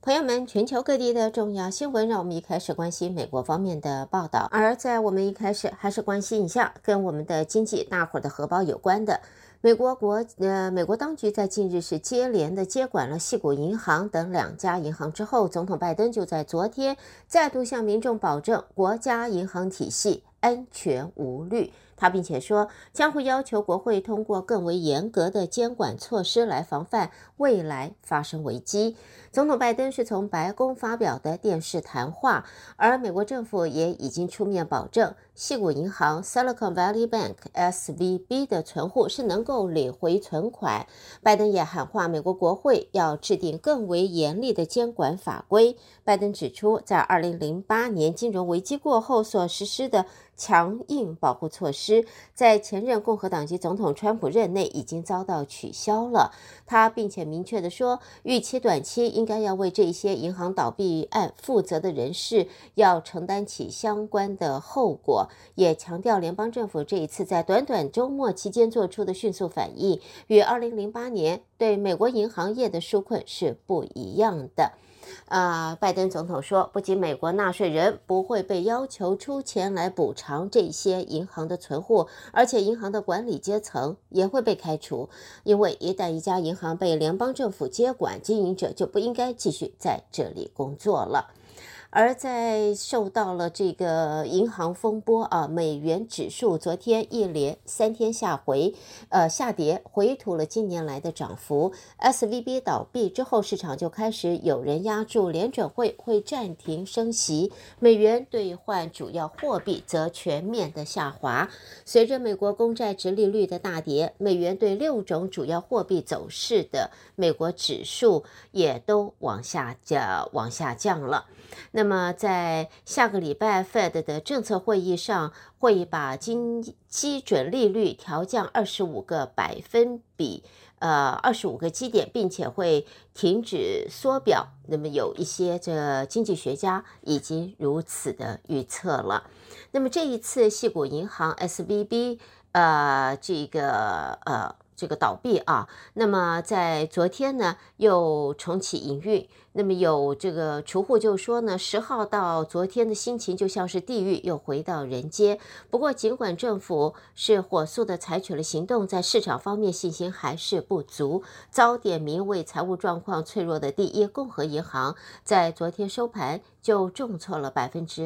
朋友们，全球各地的重要新闻，让我们一开始关心美国方面的报道。而在我们一开始，还是关心一下跟我们的经济、大伙的荷包有关的。美国当局在近日是接连的接管了矽谷银行等2家银行之后，总统拜登就在昨天再度向民众保证国家银行体系安全无虑。他并且说，将会要求国会通过更为严格的监管措施来防范未来发生危机。总统拜登是从白宫发表的电视谈话，而美国政府也已经出面保证，矽谷银行 Silicon Valley Bank SVB 的存户是能够领回存款。拜登也喊话美国国会要制定更为严厉的监管法规。拜登指出，在2008年金融危机过后所实施的强硬保护措施，在前任共和党籍总统川普任内已经遭到取消了。他并且明确地说，预期短期应该要为这些银行倒闭案负责的人士要承担起相关的后果，也强调联邦政府这一次在短短周末期间做出的迅速反应，与2008年对美国银行业的纾困是不一样的。拜登总统说，不仅美国纳税人不会被要求出钱来补偿这些银行的存户，而且银行的管理阶层也会被开除，因为一旦一家银行被联邦政府接管，经营者就不应该继续在这里工作了。而在受到了这个银行风波美元指数昨天一连3天下跌，回吐了近年来的涨幅。SVB 倒闭之后，市场就开始有人押注联准会会暂停升息，美元兑换主要货币则全面的下滑。随着美国公债殖利率的大跌，美元对6种主要货币走势的美国指数也都往下降了。那么在下个礼拜 Fed 的政策会议上，会把基准利率调降25个百分比，25个基点，并且会停止缩表。那么有一些经济学家已经如此的预测了。那么这一次矽谷银行 SVB 这个倒闭那么在昨天呢又重启营运。那么有这个储户就说呢，10号到昨天的心情就像是地狱又回到人间。不过尽管政府是火速的采取了行动，在市场方面信心还是不足。遭点名为财务状况脆弱的第一共和银行，在昨天收盘就重挫了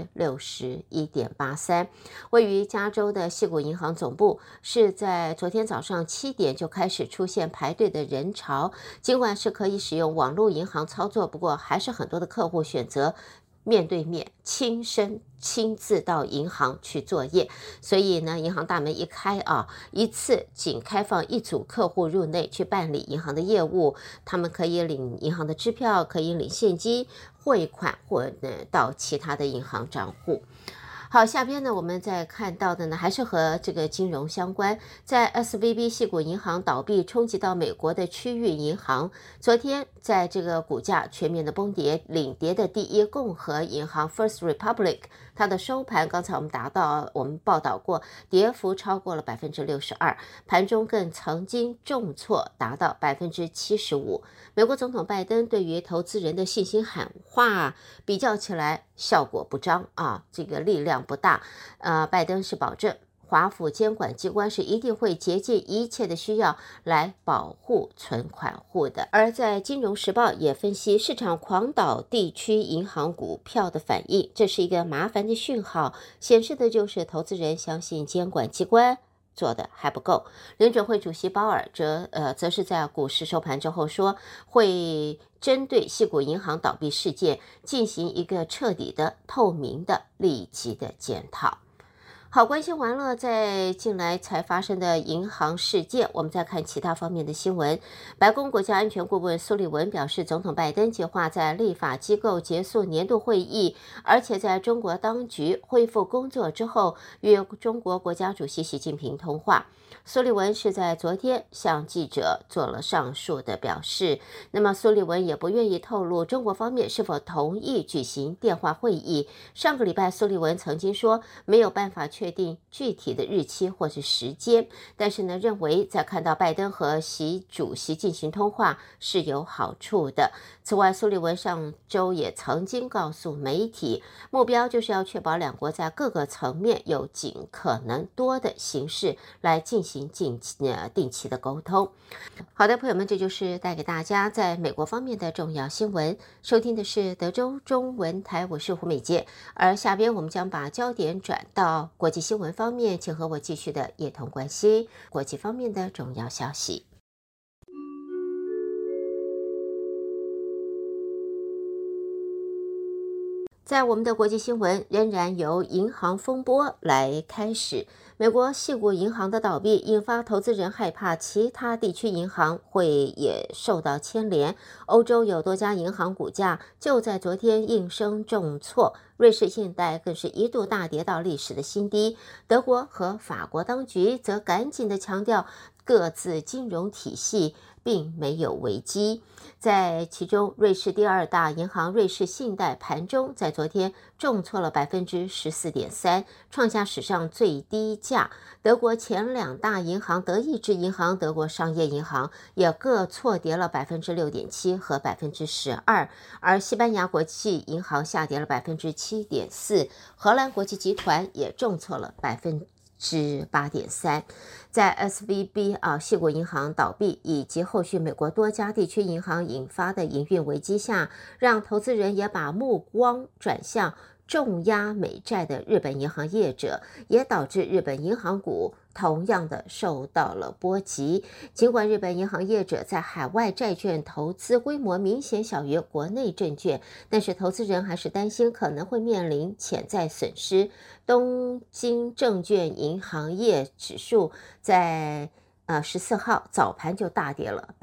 61.83%。位于加州的矽谷银行总部是在昨天早上7点就开始出现排队的人潮，尽管是可以使用网络银行操作，不过还是很多的客户选择面对面亲自到银行去作业。所以呢，银行大门一开一次仅开放1组客户入内去办理银行的业务，他们可以领银行的支票，可以领现金汇款，或到其他的银行账户。好，下边呢，我们再看到的呢，还是和这个金融相关。在 SVB 矽谷银行倒闭冲击到美国的区域银行，昨天在这个股价全面的崩跌，领跌的第一共和银行 First Republic， 它的收盘刚才我们报道过，跌幅超过了 62%， 盘中更曾经重挫达到 75%。美国总统拜登对于投资人的信心喊话比较起来效果不彰这个力量不大。拜登是保证华府监管机关是一定会竭尽一切的需要来保护存款户的。而在金融时报也分析，市场狂倒地区银行股票的反应，这是一个麻烦的讯号，显示的就是投资人相信监管机关做的还不够。联准会主席鲍尔则是在股市收盘之后说，会针对矽谷银行倒闭事件进行一个彻底的、透明的、立即的检讨。好，关心完了在近来才发生的银行事件，我们再看其他方面的新闻。白宫国家安全顾问苏利文表示，总统拜登计划在立法机构结束年度会议，而且在中国当局恢复工作之后，与中国国家主席习近平通话。 苏利文是在昨天向记者做了上述的表示。那么苏利文也不愿意透露中国方面是否同意举行电话会议。上个礼拜苏利文曾经说没有办法确定具体的日期或是时间，但是呢认为在看到拜登和习主席进行通话是有好处的。此外，苏利文上周也曾经告诉媒体，目标就是要确保两国在各个层面有尽可能多的形式来进行定期的沟通。好的，朋友们，这就是带给大家在美国方面的重要新闻。收听的是德州中文台，我是胡美杰。而下边我们将把焦点转到国际新闻方面，请和我继续的一同关心国际方面的重要消息。在我们的国际新闻仍然由银行风波来开始。美国矽谷银行的倒闭引发投资人害怕其他地区银行会也受到牵连。欧洲有多家银行股价就在昨天应声重挫，瑞士信贷更是一度大跌到历史的新低。德国和法国当局则赶紧地强调各自金融体系并没有危机。在其中，瑞士第二大银行瑞士信贷盘中在昨天重挫了 14.3%， 创下史上最低价。德国前两大银行德意志银行、德国商业银行也各错跌了 6.7% 和 12%， 而西班牙国际银行下跌了 7.4%， 荷兰国际集团也重挫了 8.3%。 在 SVB 矽谷银行倒闭以及后续美国多家地区银行引发的营运危机下，让投资人也把目光转向重压美债的日本银行业者，也导致日本银行股同样的受到了波及。尽管日本银行业者在海外债券投资规模明显小于国内证券，但是投资人还是担心可能会面临潜在损失。东京证券银行业指数在14号早盘就大跌了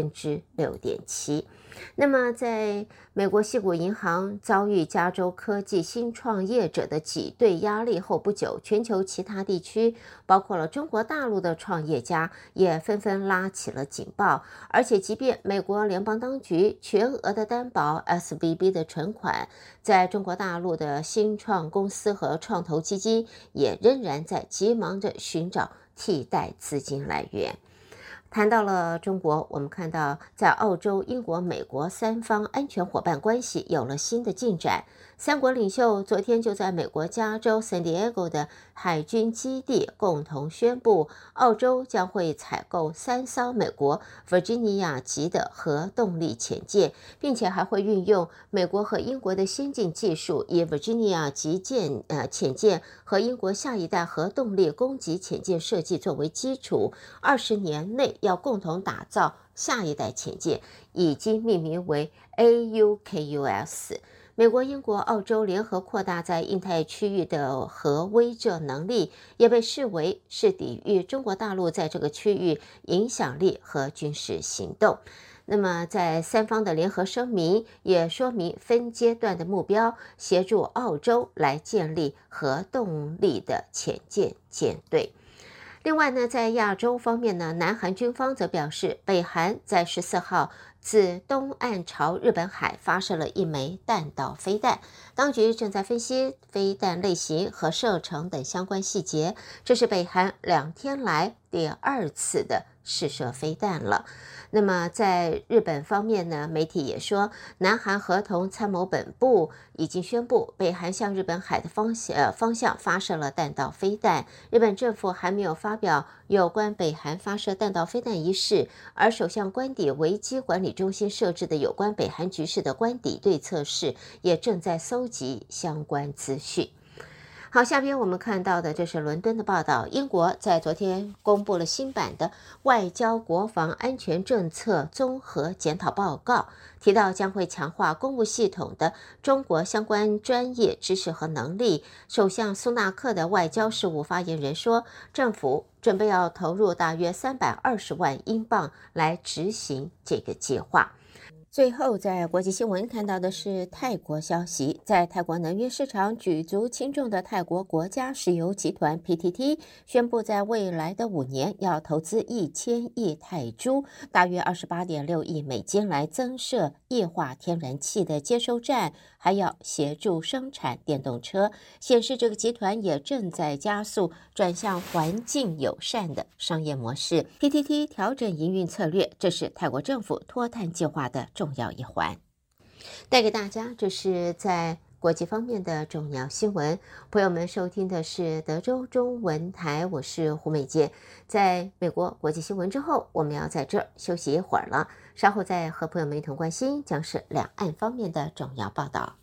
6.7%。那么在美国矽谷银行遭遇加州科技新创业者的挤兑压力后不久，全球其他地区包括了中国大陆的创业家也纷纷拉起了警报。而且即便美国联邦当局全额的担保 SVB 的存款，在中国大陆的新创公司和创投基金也仍然在急忙着寻找替代资金来源。谈到了中国，我们看到在澳洲、英国、美国三方安全伙伴关系有了新的进展。三国领袖昨天就在美国加州 San Diego 的海军基地共同宣布，澳洲将会采购3艘美国 Virginia 级的核动力潜舰，并且还会运用美国和英国的先进技术，以 Virginia 级潜舰和英国下一代核动力攻击潜舰设计作为基础，20年内要共同打造下一代潜舰，已经命名为 AUKUS。美国、英国、澳洲联合扩大在印太区域的核威慑能力，也被视为是抵御中国大陆在这个区域影响力和军事行动。那么在三方的联合声明也说明分阶段的目标，协助澳洲来建立核动力的潜舰舰队。另外呢，在亚洲方面呢，南韩军方则表示，北韩在14号自东岸朝日本海发射了1枚弹道飞弹，当局正在分析飞弹类型和射程等相关细节。这是北韩2天来第2次的试射飞弹了。那么在日本方面呢，媒体也说，南韩合同参谋本部已经宣布，北韩向日本海的方向发射了弹道飞弹。日本政府还没有发表有关北韩发射弹道飞弹一事，而首相官邸危机管理中心设置的有关北韩局势的官邸对策室也正在搜集相关资讯。好，下边我们看到的这是伦敦的报道。英国在昨天公布了新版的外交国防安全政策综合检讨报告，提到将会强化公务系统的中国相关专业知识和能力。首相苏纳克的外交事务发言人说，政府准备要投入大约320万英镑来执行这个计划。 最后，在国际新闻看到的是泰国消息，在泰国能源市场举足轻重的泰国国家石油集团 PTT 宣布，在未来的5年要投资1000亿泰铢，大约28.6亿美金来增设液化天然气的接收站，还要协助生产电动车，显示这个集团也正在加速转向环境友善的商业模式。PTT 调整营运策略，这是泰国政府脱碳计划的重要一环。带给大家这是在国际方面的重要新闻。朋友们收听的是德州中文台，我是胡美健。在美国国际新闻之后，我们要在这儿休息一会儿了，稍后再和朋友们一同关心将是两岸方面的重要报道。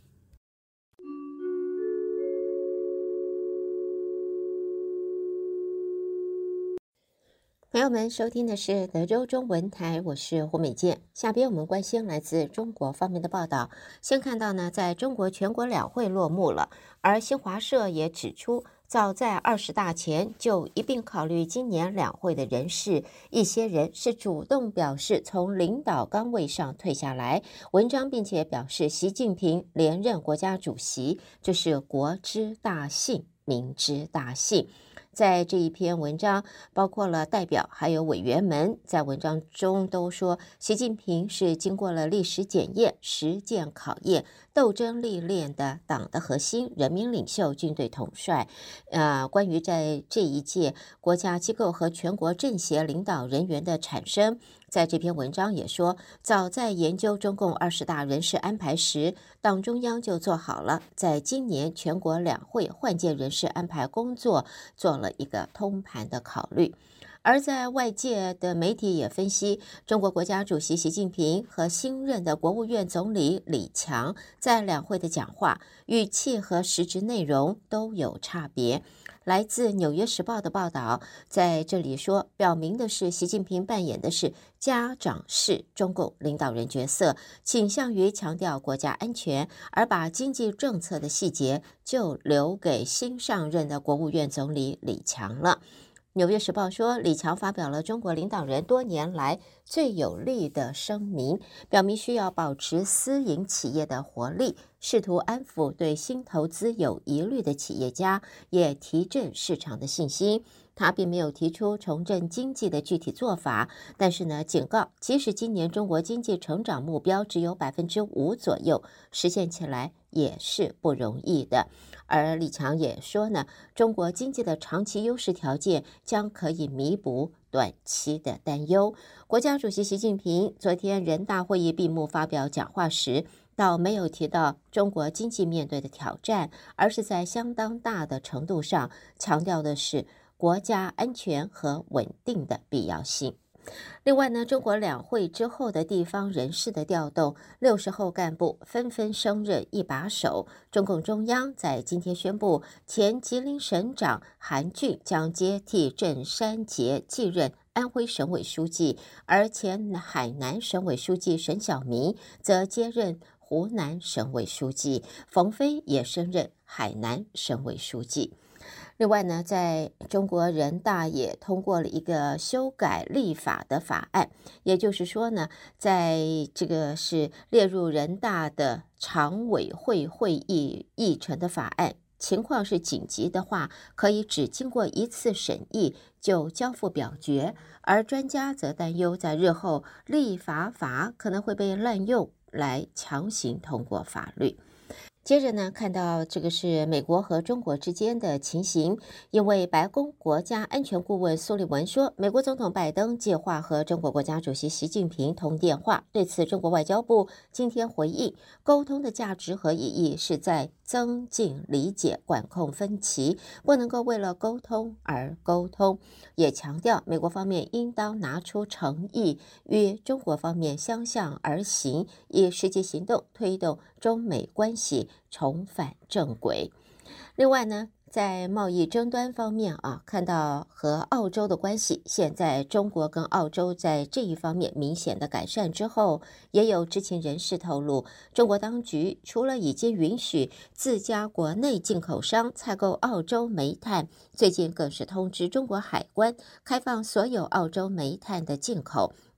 朋友们收听的是德州中文台，我是胡美健。下边我们关心来自中国方面的报道。先看到呢，在中国全国两会落幕了，而新华社也指出，早在20大前就一并考虑今年两会的人士，一些人是主动表示从领导岗位上退下来。文章并且表示，习近平连任国家主席，这是国之大幸，民之大幸。在这一篇文章，包括了代表还有委员们在文章中都说，习近平是经过了历史检验、实践考验、斗争历练的党的核心、人民领袖、军队统帅。关于在这一届国家机构和全国政协领导人员的产生，在这篇文章也说，早在研究中共20大人事安排时，党中央就做好了在今年全国两会换届人事安排工作做了一个通盘的考虑。而在外界的媒体也分析，中国国家主席习近平和新任的国务院总理李强在两会的讲话语气和实质内容都有差别。来自《纽约时报》的报道在这里说，表明的是习近平扮演的是家长式中共领导人角色，倾向于强调国家安全，而把经济政策的细节就留给新上任的国务院总理李强了。纽约时报说，李强发表了中国领导人多年来最有力的声明，表明需要保持私营企业的活力，试图安抚对新投资有疑虑的企业家，也提振市场的信心。他并没有提出重振经济的具体做法，但是呢，警告即使今年中国经济成长目标只有5%左右，实现起来也是不容易的。而李强也说呢，中国经济的长期优势条件将可以弥补短期的担忧。国家主席习近平昨天人大会议闭幕发表讲话时，倒没有提到中国经济面对的挑战，而是在相当大的程度上强调的是国家安全和稳定的必要性。另外呢，中国两会之后的地方人事的调动，60后干部纷纷升任一把手。中共中央在今天宣布，前吉林省长韩俊将接替郑山杰继任安徽省委书记，而前海南省委书记沈晓明则接任湖南省委书记，冯飞也升任海南省委书记。另外呢，在中国人大也通过了一个修改立法的法案，也就是说呢，在这个是列入人大的常委会会议议程的法案，情况是紧急的话，可以只经过一次审议就交付表决，而专家则担忧在日后立法可能会被滥用来强行通过法律。接着呢，看到这个是美国和中国之间的情形，因为白宫国家安全顾问苏利文说，美国总统拜登计划和中国国家主席习近平通电话。对此，中国外交部今天回应，沟通的价值和意义是在增进理解、管控分歧，不能够为了沟通而沟通，也强调美国方面应当拿出诚意，与中国方面相向而行，以实际行动推动中美关系重返正轨。另外呢，在贸易争端方面看到和澳洲的关系，现在中国跟澳洲在这一方面明显的改善之后，也有知情人士透露，中国当局除了已经允许自家国内进口商采购澳洲煤炭，最近更是通知中国海关开放所有澳洲煤炭的进口，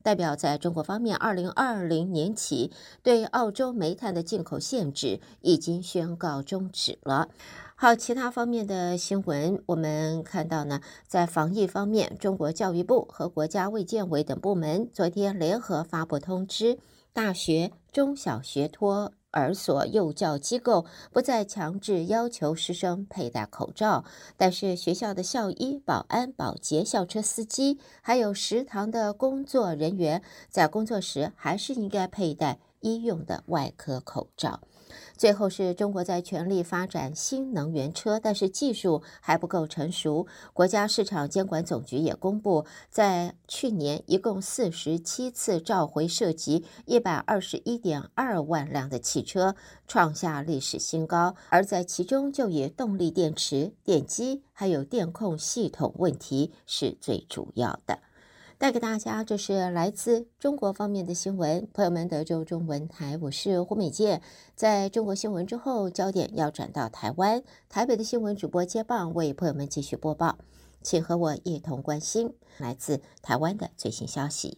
代表在中国方面2020年起对澳洲煤炭的进口限制已经宣告终止了。好，其他方面的新闻，我们看到呢，在防疫方面，中国教育部和国家卫健委等部门昨天联合发布通知，大学、中小学托儿所、幼教机构不再强制要求师生佩戴口罩，但是学校的校医、保安、保洁、校车司机，还有食堂的工作人员，在工作时还是应该佩戴医用的外科口罩。最后是中国在全力发展新能源车，但是技术还不够成熟。国家市场监管总局也公布，在去年一共47次召回涉及121.2万辆的汽车，创下历史新高。而在其中，就以动力电池、电机还有电控系统问题是最主要的。带给大家，这是来自中国方面的新闻。朋友们，德州中文台，我是胡美健。在中国新闻之后，焦点要转到台湾，台北的新闻主播接棒为朋友们继续播报，请和我一同关心来自台湾的最新消息。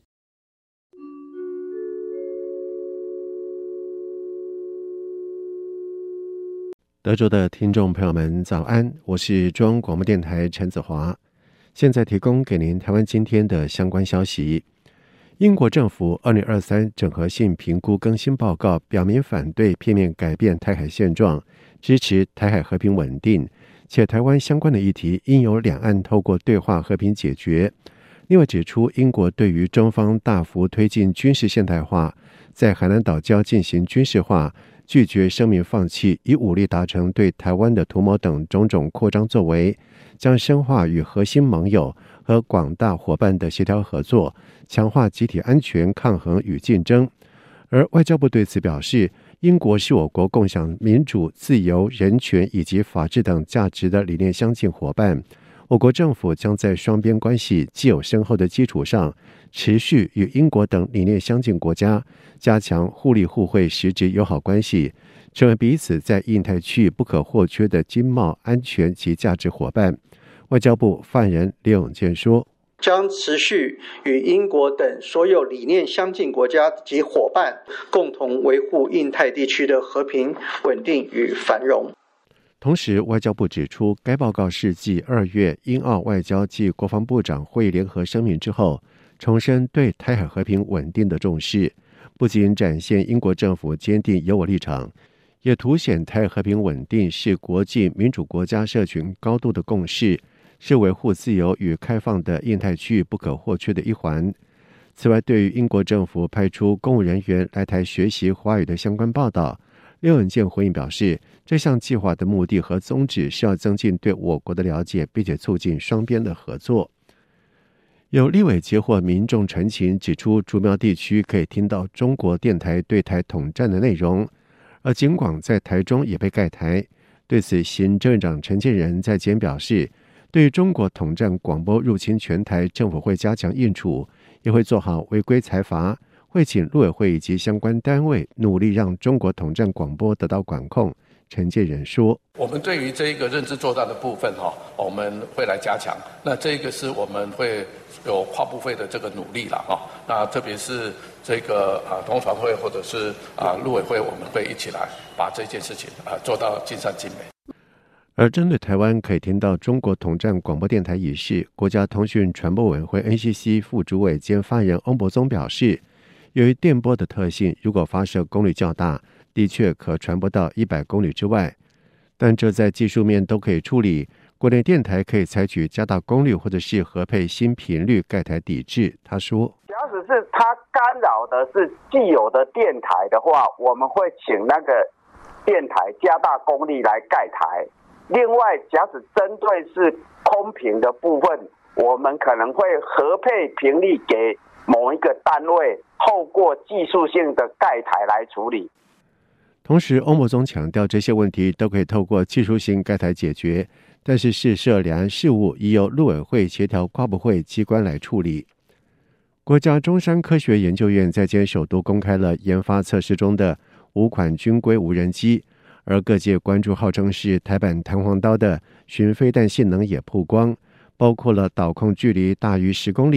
德州的听众朋友们早安，我是中央广播电台陈子华，现在提供给您台湾今天的相关消息。英国政府2023整合性评估更新报告表明反对片面改变台海现状，支持台海和平稳定，且台湾相关的议题应由两岸透过对话和平解决。另外指出，英国对于中方大幅推进军事现代化，在海南岛礁进行军事化，拒绝声明放弃以武力达成对台湾的图谋等种种扩张作为，将深化与核心盟友和广大伙伴的协调合作，强化集体安全、抗衡与竞争。而外交部对此表示，英国是我国共享民主、自由、人权以及法治等价值的理念相近伙伴，我国政府将在双边关系既有深厚的基础上，持续与英国等理念相近国家加强互利互惠实质友好关系，成为彼此在印太区域不可或缺的经贸、安全及价值伙伴。外交部发言人李永健说， 将持续与英国等所有理念相近国家及伙伴共同维护印太地区的和平、稳定与繁荣。 同时，外交部指出，该报告是继2月英澳外交暨国防部长会议联合声明之后，重申对台海和平稳定的重视，不仅展现英国政府坚定友我立场，也凸显台海和平稳定是国际民主国家社群高度的共识，是维护自由与开放的印太区域不可或缺的一环。此外，对于英国政府派出公务人员来台学习华语的相关报道，刘永健回应表示，这项计划的目的和宗旨是要增进对我国的了解，并且促进双边的合作。有立委接获民众陈情，指出竹苗地区可以听到中国电台对台统战的内容，而警广在台中也被盖台。对此，行政院长陈建仁在今天表示，对于中国统战广播入侵全台，政府会加强应处，也会做好违规裁罚，会请陆委会以及相关单位努力让中国统战广播得到管控。陈建仁说， 我们对于这一个认知作战的部分我们会来加强，那这个是我们会有跨部会的这个努力了那特别是这个通传会或者是陆委会，我们会一起来把这件事情做到尽善尽美。 而针对台湾可以听到中国统战广播电台一事，国家通讯传播委员会 NCC 副主委兼发言人翁博宗表示，由于电波的特性，如果发射功率较大，的确可传播到100公里之外，但这在技术面都可以处理。国内电台可以采取加大功率或者是合配新频率盖台抵制。他说， 假使是它干扰的是既有的电台的话，我们会请那个电台加大功率来盖台。另外，假使针对是空频的部分，我们可能会合配频率给某一个单位，透过技术性的盖台来处理。 同时，翁博宗强调，这些问题都可以透过技术性盖台解决，但是事涉两岸事务，已由陆委会协调跨部会机关来处理。国家中山科学研究院在今天首都公开了研发测试中的5款军规无人机，而各界关注号称是台版弹簧刀的巡飞弹性能也曝光，包括了导控距离大于10公里、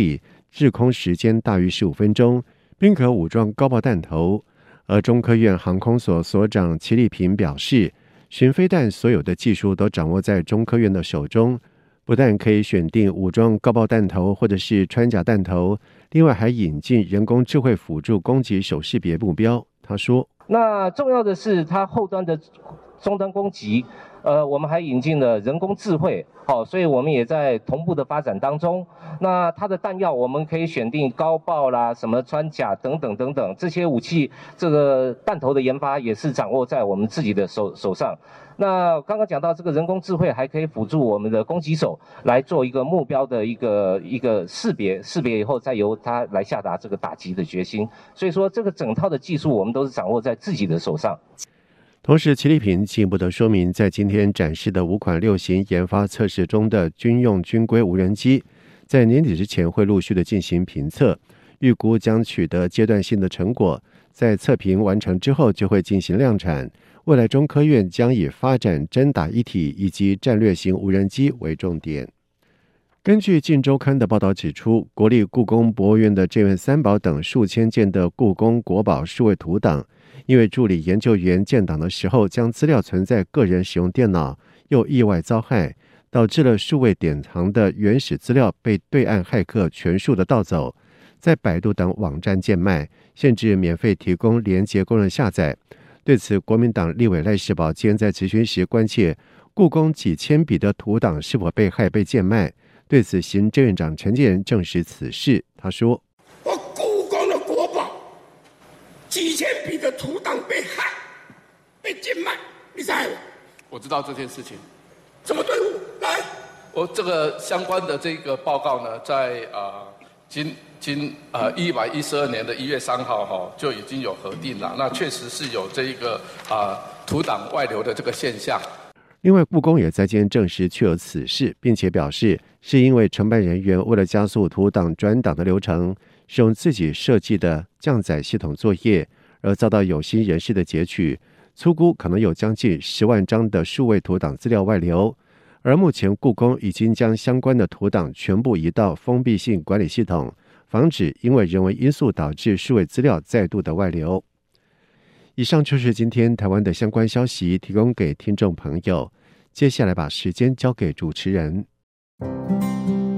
滞空时间大于15分钟，并可武装高爆弹头。而中科院航空所所长齐立平表示，巡飞弹所有的技术都掌握在中科院的手中，不但可以选定武装高爆弹头或者是穿甲弹头，另外还引进人工智慧辅助攻击手识别目标。他说， 那重要的是它后端的终端攻击，我们还引进了人工智慧，所以我们也在同步的发展当中。那它的弹药我们可以选定高爆啦、什么穿甲等等等等，这些武器这个弹头的研发也是掌握在我们自己的手上。那刚刚讲到这个人工智慧还可以辅助我们的攻击手来做一个目标的一个识别以后再由他来下达这个打击的决心。所以说这个整套的技术我们都是掌握在自己的手上。 同时，齐立平进一步的说明，在今天展示的5款6型研发测试中的军用军规无人机，在年底之前会陆续的进行评测，预估将取得阶段性的成果，在测评完成之后就会进行量产。未来中科院将以发展真打一体以及战略型无人机为重点。根据《镜周刊》的报道指出，国立故宫博物院的镇院三宝等数千件的故宫国宝数位图档，因为助理研究员建档的时候将资料存在个人使用电脑，又意外遭害，导致了数位典藏的原始资料被对岸骇客全数的盗走，在百度等网站贱卖，限制免费提供连结供人下载。对此，国民党立委赖士葆今天在质询时关切故宫几千笔的图档是否被害被贱卖。对此，行政院长陈建仁证实此事。他说：“ 我故宫的国宝几千笔的图档被害、被贱卖，你猜我知道这件事情。 怎么对付？来， 我这个相关的这个报告呢，在112年的1月3号就已经有核定了。那确实是有这一个图档外流的这个现象。” 另外，故宫也在今天证实确有此事，并且表示是因为承办人员为了加速图档转档的流程，使用自己设计的降载系统作业，而遭到有心人士的截取，粗估可能有将近10万张的数位图档资料外流。而目前故宫已经将相关的图档全部移到封闭性管理系统，防止因为人为因素导致数位资料再度的外流。以上就是今天台湾的相关消息，提供给听众朋友。接下来把时间交给主持人。